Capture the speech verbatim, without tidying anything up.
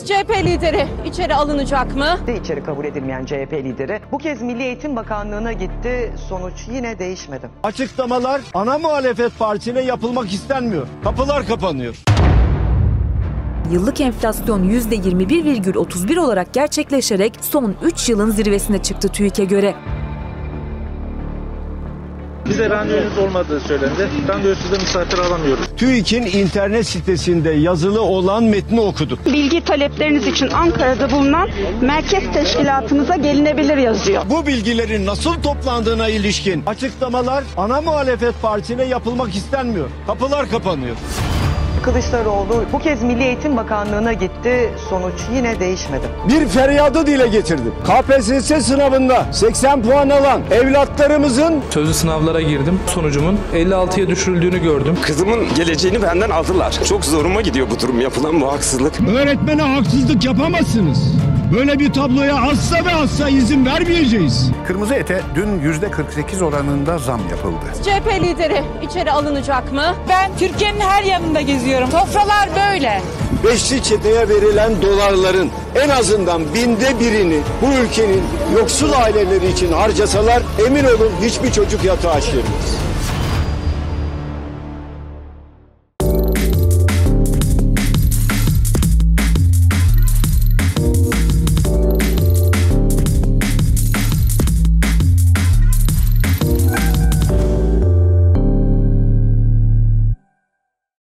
C H P lideri içeri alınacak mı? İçeri kabul edilmeyen C H P lideri bu kez Milli Eğitim Bakanlığı'na gitti. Sonuç yine değişmedi. Açıklamalar ana muhalefet partisine yapılmak istenmiyor. Kapılar kapanıyor. Yıllık enflasyon yüzde yirmi bir virgül otuz bir olarak gerçekleşerek son üç yılın zirvesine çıktı TÜİK'e göre. Bize randevunuz olmadığı söylendi. Randevusuz da misafir alamıyoruz. TÜİK'in internet sitesinde yazılı olan metni okuduk. Bilgi talepleriniz için Ankara'da bulunan merkez teşkilatımıza gelinebilir yazıyor. Bu bilgilerin nasıl toplandığına ilişkin açıklamalar ana muhalefet partisine yapılmak istenmiyor. Kapılar kapanıyor. Kılıçdaroğlu bu kez Milli Eğitim Bakanlığı'na gitti. Sonuç yine değişmedi. Bir feryadı dile getirdim. K P S S sınavında seksen puan alan evlatlarımızın Sözlü sınavlara girdim. Sonucumun elli altıya düşürüldüğünü gördüm. Kızımın geleceğini benden aldılar. Çok zoruma gidiyor bu durum, yapılan bu haksızlık. öğretmene haksızlık yapamazsınız. Böyle bir tabloya asla ve asla izin vermeyeceğiz. Kırmızı ete dün yüzde kırk sekiz oranında zam yapıldı. C H P lideri içeri alınacak mı? Ben Türkiye'nin her yanında geziyorum. Sofralar böyle. Beşli çeteye verilen dolarların en azından binde birini bu ülkenin yoksul aileleri için harcasalar emin olun hiçbir çocuk yatağı aşırmaz.